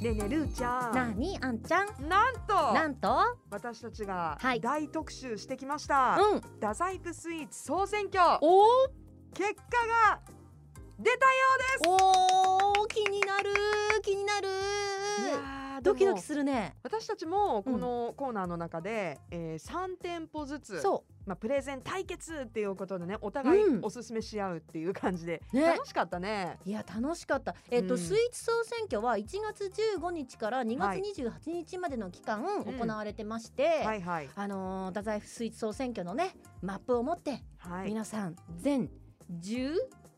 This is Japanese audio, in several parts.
ねえねえるーちゃん、 なにあんちゃん、 なんと私たちがはい大特集してきました、太宰府スイーツ総選挙お結果が出たようです。 お気になるいやドキドキするね。 私たちもこのコーナーの中で、3店舗ずつプレゼン対決っていうことでね、お互いおすすめし合うっていう感じで、楽しかったね。 いや楽しかった。スイーツ総選挙は1月15日から2月28日までの期間行われてまして、太宰府スイーツ総選挙のねマップを持って、皆さん全17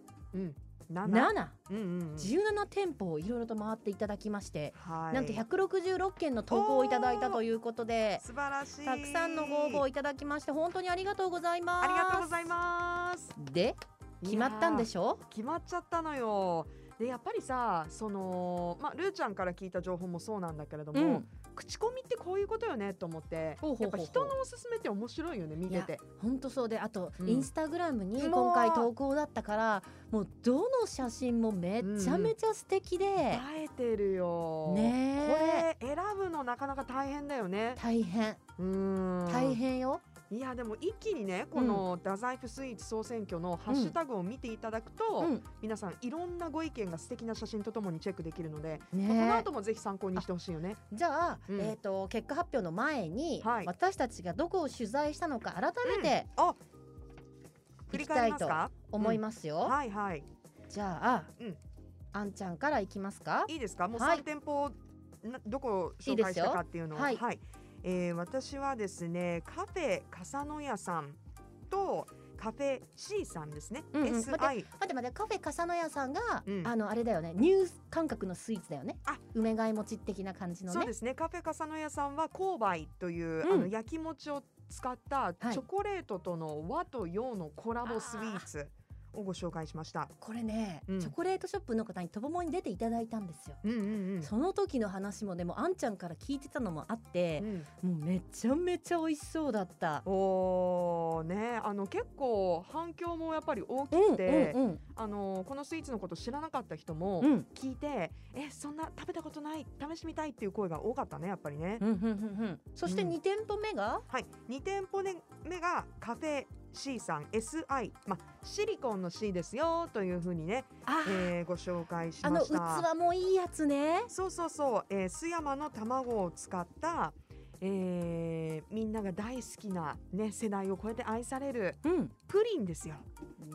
17店舗をいろいろと回っていただきまして、なんと166件の投稿をいただいたということで、 素晴らしい。 たくさんのご応募をいただきまして本当にありがとうございます。 ありがとうございます。 で決まったんでしょ？ 決まっちゃったのよ。でやっぱりさ、ルーちゃんから聞いた情報もそうなんだけれども、口コミってこういうことよねと思って、やっぱ人のおすすめって面白いよね、見てて。 本当そうで、あと、インスタグラムに今回投稿だったから、もうどの写真もめちゃめちゃ素敵で、 映えてるよね。これ選ぶのなかなか大変だよね。 大変よ。 いやでも一気にね、この太宰府スイーツ総選挙のハッシュタグを見ていただくと、皆さんいろんなご意見が素敵な写真とともにチェックできるので、この後もぜひ参考にしてほしいよね。 じゃあ、結果発表の前に、私たちがどこを取材したのか改めて、 振り返りますか？ 思いますよ。じゃあ、あんちゃんからいきますか？ いいですか？もう3店舗どこを紹介したかっていうのを。私はですね、カフェ笠野屋さんとカフェ C さんですね。 待ってカフェ笠野屋さんが、あれだよね、ニュー感覚のスイーツだよね。梅貝餅的な感じのね。 そうですね。カフェ笠野屋さんは勾配という、焼き餅を使ったチョコレートとの和と洋のコラボスイーツをご紹介しました。 これね、チョコレートショップの方にとぼもに出ていただいたんですよ。その時の話もでもあんちゃんから聞いてたのもあって、もうめちゃめちゃ美味しそうだった。結構反響もやっぱり大きくて、このスイーツのこと知らなかった人も聞いて、そんな食べたことない、試してみたいっていう声が多かったね、やっぱりね。 そして2店舗目が、 2店舗目がカフェC さん SI、シリコンの C ですよというふうにね、ご紹介しました。 器もいいやつね。 そう、須山の卵を使った、みんなが大好きな、ね、世代を超えて愛されるプリンですよ。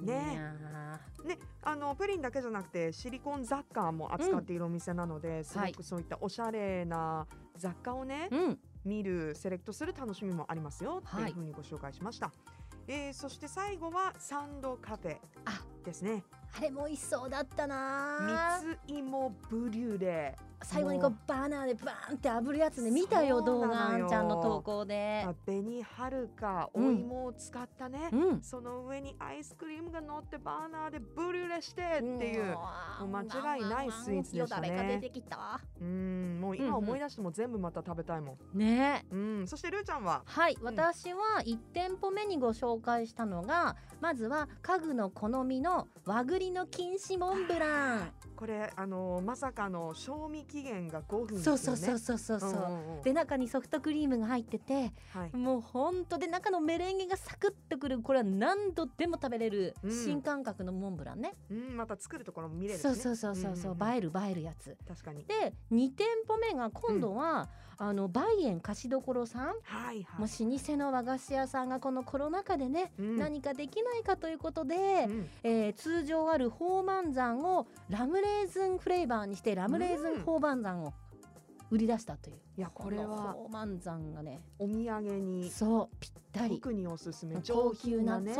プリンだけじゃなくてシリコン雑貨も扱っているお店なので、すごくそういったおしゃれな雑貨をね、見るセレクトする楽しみもありますよっていうふうにご紹介しました。そして最後はサンドカフェですね。 あれも美味しそうだったな。 蜜芋ブリュレ、 最後にこうバーナーでバーンって炙るやつね、見たよ動画、あんちゃんの投稿で。 紅はるかお芋を使ったね、その上にアイスクリームが乗ってバーナーでブリュレしてっていう、もう間違いないスイーツでしたね。 よだれが出てきた。 もう今思い出しても全部また食べたいもんね。 そしてるーちゃんは？ 私は1店舗目にご紹介したのが、まずは家具の好みの和栗の禁止モンブラン。 これまさかの賞味期限が5分ですよね。 そうで、中にソフトクリームが入ってて、もうほんとで中のメレンゲがサクッとくる、これは何度でも食べれる新感覚のモンブランね。 また作るところも見れるしね。 映えるやつ。 確かに。 で2店舗目が今度は、梅園菓子どころさん、もう老舗の和菓子屋さんがこのコロナ禍でね、何かできないかということで、通常ある宝満山をラムレーズンフレーバーにして、ラムレーズン宝満山を売り出したという。 いや、これは宝満山がね、 お土産にぴったり、 特におすすめ、 高級なね。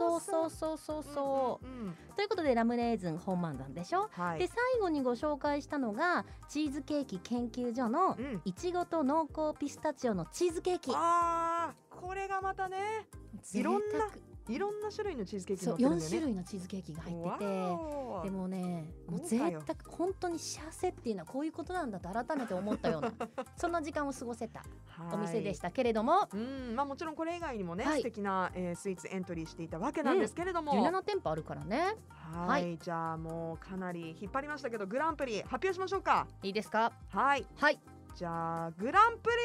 ということでラムレーズン本満山でしょ。で最後にご紹介したのがチーズケーキ研究所のいちごと濃厚ピスタチオのチーズケーキ。 これがまたね、いろんないろんな種類のチーズケーキが乗ってるんだよね。 4種類のチーズケーキが入ってて、でもね、もう贅沢、本当に幸せっていうのはこういうことなんだと改めて思ったようなそんな時間を過ごせたお店でしたけれども、 もちろんこれ以外にもね、素敵な、スイーツエントリーしていたわけなんですけれども、 17店舗あるからね。 はい、じゃあもうかなり引っ張りましたけど、グランプリ発表しましょうか。 いいですか。 はい、じゃあグランプリ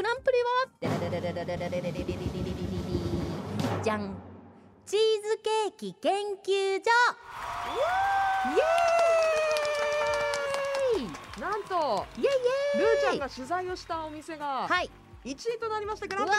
はじゃん、チーズケーキ研究所。イエーイ。 なんとイエイイエーイ、 ルーちゃんが取材をしたお店が1位となりました。グランプリです。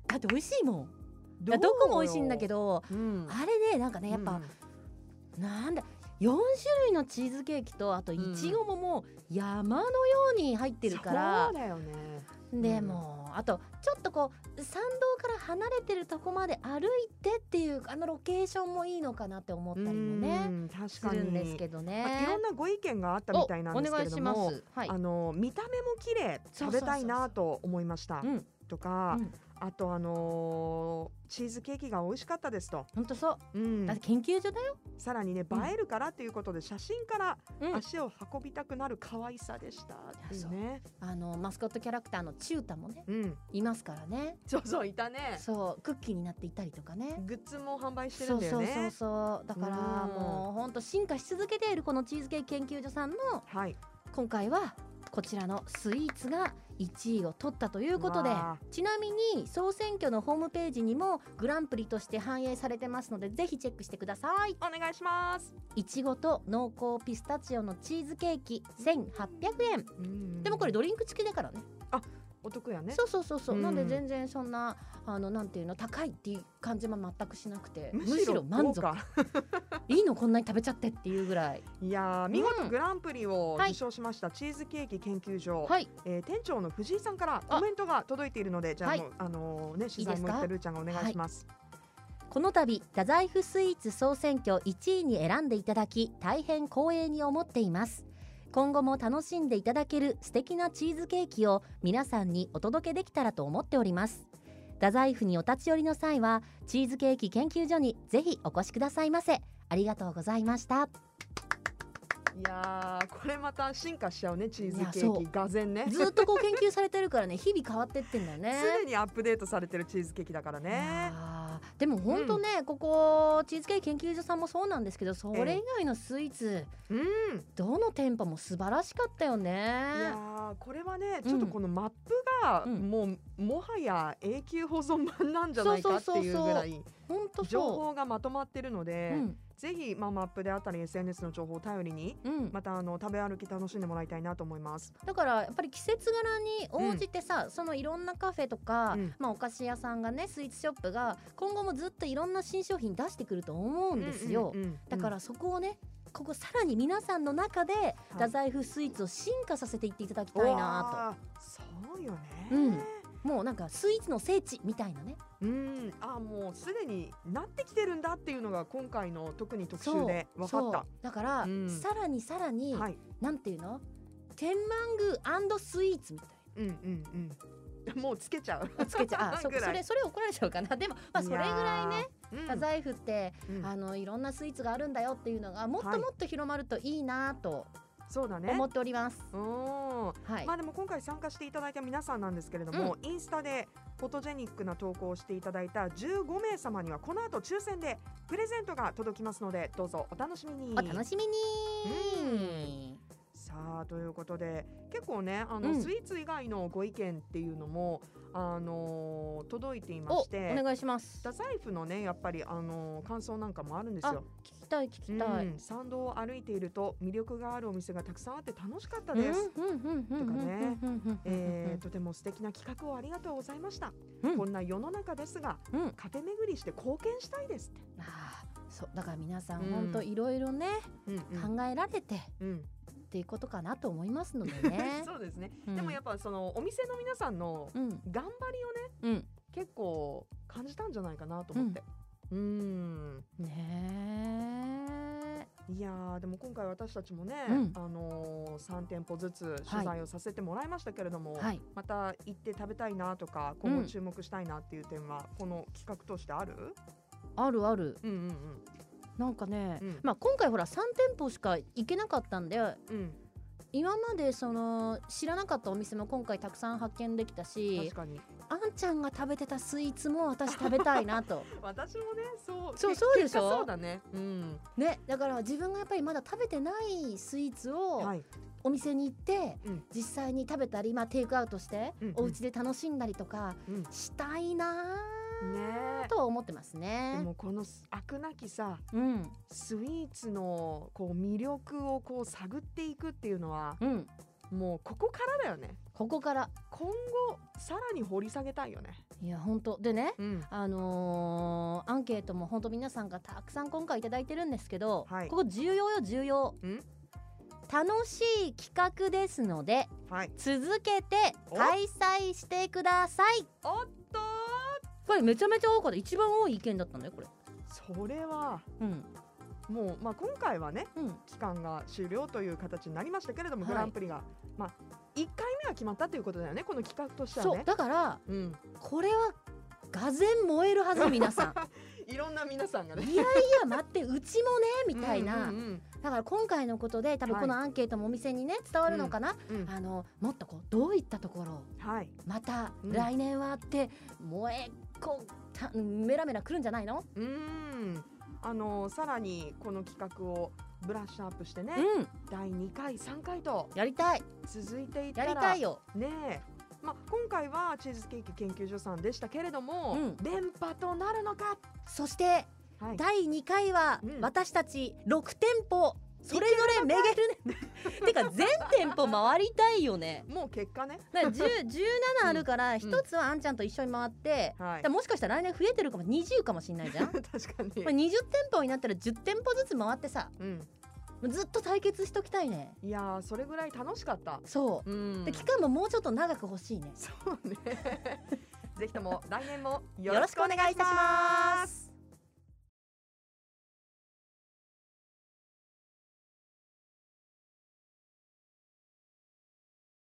だって美味しいもん。どこも美味しいんだけど、あれね、なんかね、やっぱ、なんだ、4種類のチーズケーキとあといちごももう山のように入ってるから、 そうだよね。 でもあとちょっとこう参道から離れてるとこまで歩いてっていうロケーションもいいのかなって思ったりもね、するんですけどね。 いろんなご意見があったみたいなんですけれども、見た目も綺麗、食べたいなと思いましたとか、あとチーズケーキが美味しかったですと。 本当そう、だって研究所だよ。 さらにね、映えるからっていうことで写真から足を運びたくなる可愛さでしたっていうね。 マスコットキャラクターのチュータもね、いますからね。 そういたね。 そうクッキーになっていたりとかね、 グッズも販売してるんだよね。 そうだからもう本当進化し続けているこのチーズケーキ研究所さんの、今回はこちらのスイーツが1位を取ったということで、ちなみに総選挙のホームページにもグランプリとして反映されてますので、ぜひチェックしてください。 お願いします。 いちごと濃厚ピスタチオのチーズケーキ1800円。でもこれドリンク付きだからね。 お得やね。 そうなんで全然そんななんていうの、高いっていう感じも全くしなくて、むしろ満足いいのこんなに食べちゃってっていうぐらい。 いや見事グランプリを受賞しましたチーズケーキ研究所、店長の藤井さんからコメントが届いているので、じゃあもう取材も行ったルーちゃんがお願いします。 この度太宰府スイーツ総選挙1位に選んでいただき大変光栄に思っています。今後も楽しんでいただける素敵なチーズケーキを皆さんにお届けできたらと思っております。太宰府にお立ち寄りの際はチーズケーキ研究所にぜひお越しくださいませ。ありがとうございました。 いやこれまた進化しちゃうね、チーズケーキがぜんね。 ずっとこう研究されてるからね日々変わってってんだよね。 常にアップデートされてるチーズケーキだからね。 でも本当ね、ここチーズケーキ研究所さんもそうなんですけど、それ以外のスイーツ、どの店舗も素晴らしかったよね。 いやこれはねちょっとこのマップがもはや永久保存版なんじゃないかっていうぐらい情報がまとまってるので、ぜひマップであったり SNS の情報を頼りに、また食べ歩き楽しんでもらいたいなと思います。 だからやっぱり季節柄に応じてさ、そのいろんなカフェとか、お菓子屋さんがね、スイーツショップが今後もずっといろんな新商品出してくると思うんですよ。だからそこをね、ここさらに皆さんの中で太宰府スイーツを進化させていっていただきたいなと。そうよね、 もうなんかスイーツの聖地みたいなね。 もうすでになってきてるんだっていうのが今回の特に特集で分かった。 だから、さらになんていうの、天満宮&スイーツみたいな。 もうつけちゃうそれ怒られちゃうかな。でもそれぐらいね、太宰府って、いろんなスイーツがあるんだよっていうのがもっともっと広まるといいなと思っております。 でも今回参加していただいた皆さんなんですけれども、インスタでフォトジェニックな投稿をしていただいた15名様にはこの後抽選でプレゼントが届きますので、どうぞお楽しみに。さあということで、結構ねスイーツ以外のご意見っていうのも届いていまして、 お願いします。 太宰府のねやっぱり感想なんかもあるんですよ。 聞きたい。 参道を歩いていると魅力があるお店がたくさんあって楽しかったですとかね、とても素敵な企画をありがとうございました、こんな世の中ですが、カフェ巡りして貢献したいですって。 そうだから皆さん本当いろいろね、考えられて、っていうことかなと思いますのでね。 そうですね、でもやっぱそのお店の皆さんの頑張りをね、結構感じたんじゃないかなと思って。 いやでも今回私たちもね、3店舗ずつ取材をさせてもらいましたけれども、はい、また行って食べたいなとか今後注目したいなっていう点は、この企画としてある？ あるある、なんかね、今回ほら3店舗しか行けなかったんで、今までその知らなかったお店も今回たくさん発見できたし、 確かにあんちゃんが食べてたスイーツも私食べたいなと私もねそうでしょ。 そうだね、 ね、だから自分がやっぱりまだ食べてないスイーツをお店に行って、実際に食べたり、テイクアウトして、お家で楽しんだりとかしたいなとは思ってますね。 でもこの飽くなきさ、スイーツのこう魅力をこう探っていくっていうのは、もうここからだよね。 ここから今後さらに掘り下げたいよね。 いや本当でね、アンケートも本当皆さんがたくさん今回いただいてるんですけど、ここ重要よ重要。楽しい企画ですので、続けて開催してください。 おっとこれめちゃめちゃ多かった。一番多い意見だったんだよこれ。 それは、もう、今回はね、期間が終了という形になりましたけれども、グランプリが、1回目は決まったということだよね、この企画としてはね。 そうだから、これはがぜん燃えるはず皆さんいろんな皆さんがねいや待ってうちもねみたいな、だから今回のことで多分このアンケートもお店にね伝わるのかな、もっとこうどういったところを、また来年はってメラメラくるんじゃないの？ さらにこの企画をブラッシュアップしてね、第2回3回とやりたい続いていったらやりたいよね。今回はチーズケーキ研究所さんでしたけれども、連覇となるのか。 そして、第2回は私たち6店舗それぞれめげるねてか全店舗回りたいよね。 もう結果ね 17あるから1つはあんちゃんと一緒に回って、もしかしたら来年増えてるかも20かもしれないじゃん確かに 20店舗になったら10店舗ずつ回ってさ、ずっと対決しときたいね。 いやそれぐらい楽しかった。 そう、で期間ももうちょっと長く欲しいね。 そうねぜひとも来年もよろしくお願いいたします。